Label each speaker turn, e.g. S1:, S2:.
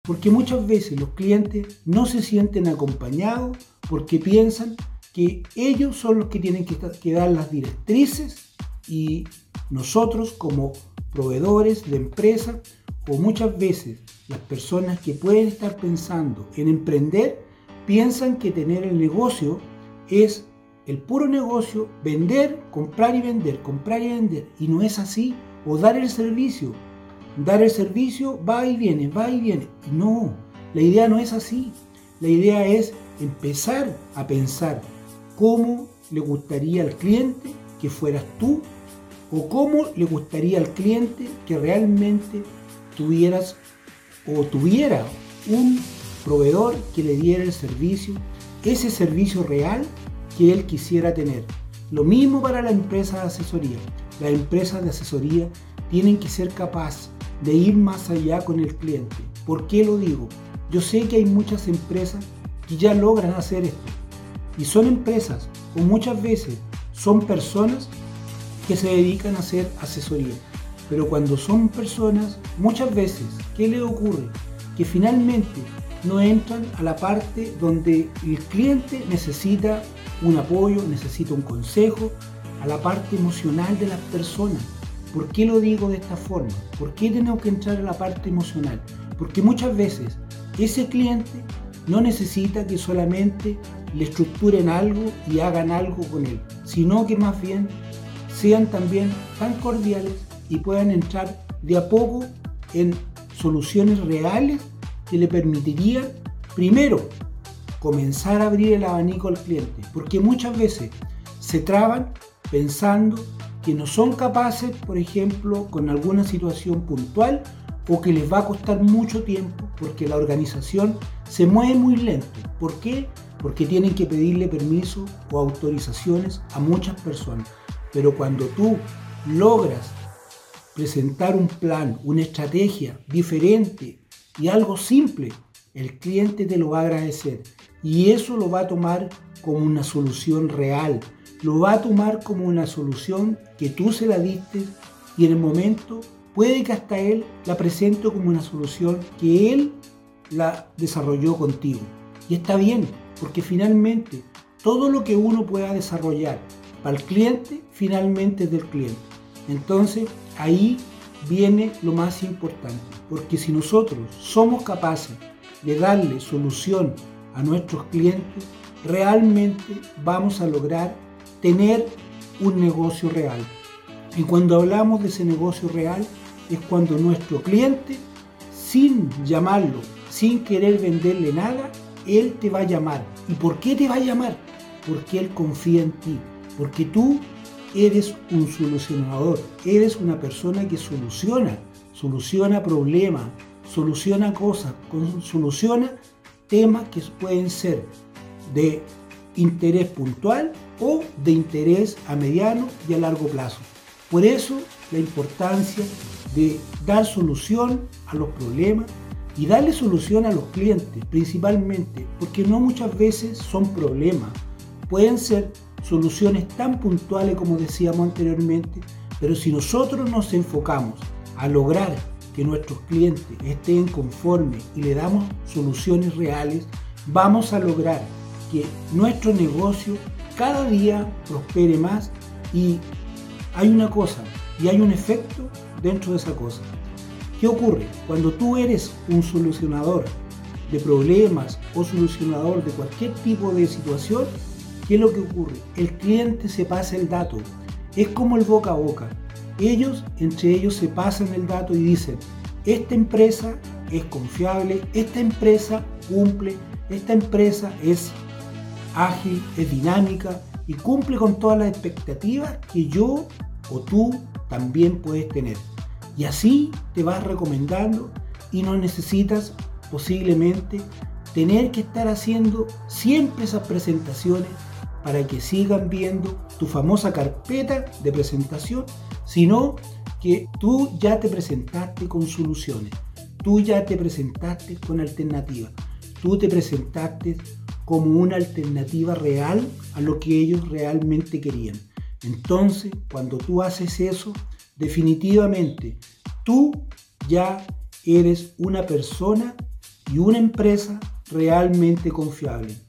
S1: Porque muchas veces los clientes no se sienten acompañados porque piensan que ellos son los que tienen que dar las directrices y nosotros como proveedores de empresa o muchas veces las personas que pueden estar pensando en emprender piensan que tener el negocio es el puro negocio, vender, comprar y vender, comprar y vender, y no es así. O dar el servicio va y viene, va y viene. No, la idea no es así. La idea es empezar a pensar cómo le gustaría al cliente que fueras tú o cómo le gustaría al cliente que realmente tuvieras o tuviera un proveedor que le diera el servicio, ese servicio real que él quisiera tener. Lo mismo para la empresa de asesoría. Las empresas de asesoría tienen que ser capaces de ir más allá con el cliente. ¿Por qué lo digo? Yo sé que hay muchas empresas que ya logran hacer esto. Y son empresas o muchas veces son personas que se dedican a hacer asesoría. Pero cuando son personas, muchas veces, ¿qué le ocurre? Que finalmente no entran a la parte donde el cliente necesita un apoyo, necesita un consejo, a la parte emocional de las personas. ¿Por qué lo digo de esta forma? ¿Por qué tenemos que entrar a la parte emocional? Porque muchas veces ese cliente no necesita que solamente le estructuren algo y hagan algo con él, sino que más bien sean también tan cordiales y puedan entrar de a poco en soluciones reales que le permitirían, primero, comenzar a abrir el abanico al cliente, porque muchas veces se traban pensando que no son capaces, por ejemplo, con alguna situación puntual o que les va a costar mucho tiempo porque la organización se mueve muy lento. ¿Por qué? Porque tienen que pedirle permiso o autorizaciones a muchas personas. Pero cuando tú logras presentar un plan, una estrategia diferente y algo simple, el cliente te lo va a agradecer y eso lo va a tomar como una solución real, lo va a tomar como una solución que tú se la diste y en el momento puede que hasta él la presente como una solución que él la desarrolló contigo. Y está bien, porque finalmente todo lo que uno pueda desarrollar para el cliente, finalmente es del cliente. Entonces ahí viene lo más importante, porque si nosotros somos capaces de darle solución a nuestros clientes, realmente vamos a lograr tener un negocio real. Y cuando hablamos de ese negocio real, es cuando nuestro cliente, sin llamarlo, sin querer venderle nada, él te va a llamar. ¿Y por qué te va a llamar? Porque él confía en ti, porque tú eres un solucionador, eres una persona que soluciona problemas, soluciona cosas, soluciona temas que pueden ser de interés puntual o de interés a mediano y a largo plazo. Por eso la importancia de dar solución a los problemas y darle solución a los clientes principalmente, porque no muchas veces son problemas, pueden ser soluciones tan puntuales como decíamos anteriormente, pero si nosotros nos enfocamos a lograr que nuestros clientes estén conformes y le damos soluciones reales, vamos a lograr que nuestro negocio cada día prospere más. Y hay una cosa y hay un efecto dentro de esa cosa. ¿Qué ocurre? Cuando tú eres un solucionador de problemas o solucionador de cualquier tipo de situación, ¿qué es lo que ocurre? El cliente se pasa el dato. Es como el boca a boca. Entre ellos se pasan el dato y dicen, esta empresa es confiable, esta empresa cumple, esta empresa es ágil, es dinámica y cumple con todas las expectativas que yo o tú también puedes tener. Y así te vas recomendando y no necesitas posiblemente tener que estar haciendo siempre esas presentaciones para que sigan viendo tu famosa carpeta de presentación, sino que tú ya te presentaste con soluciones, tú ya te presentaste con alternativas, tú te presentaste como una alternativa real a lo que ellos realmente querían. Entonces, cuando tú haces eso, definitivamente tú ya eres una persona y una empresa realmente confiable.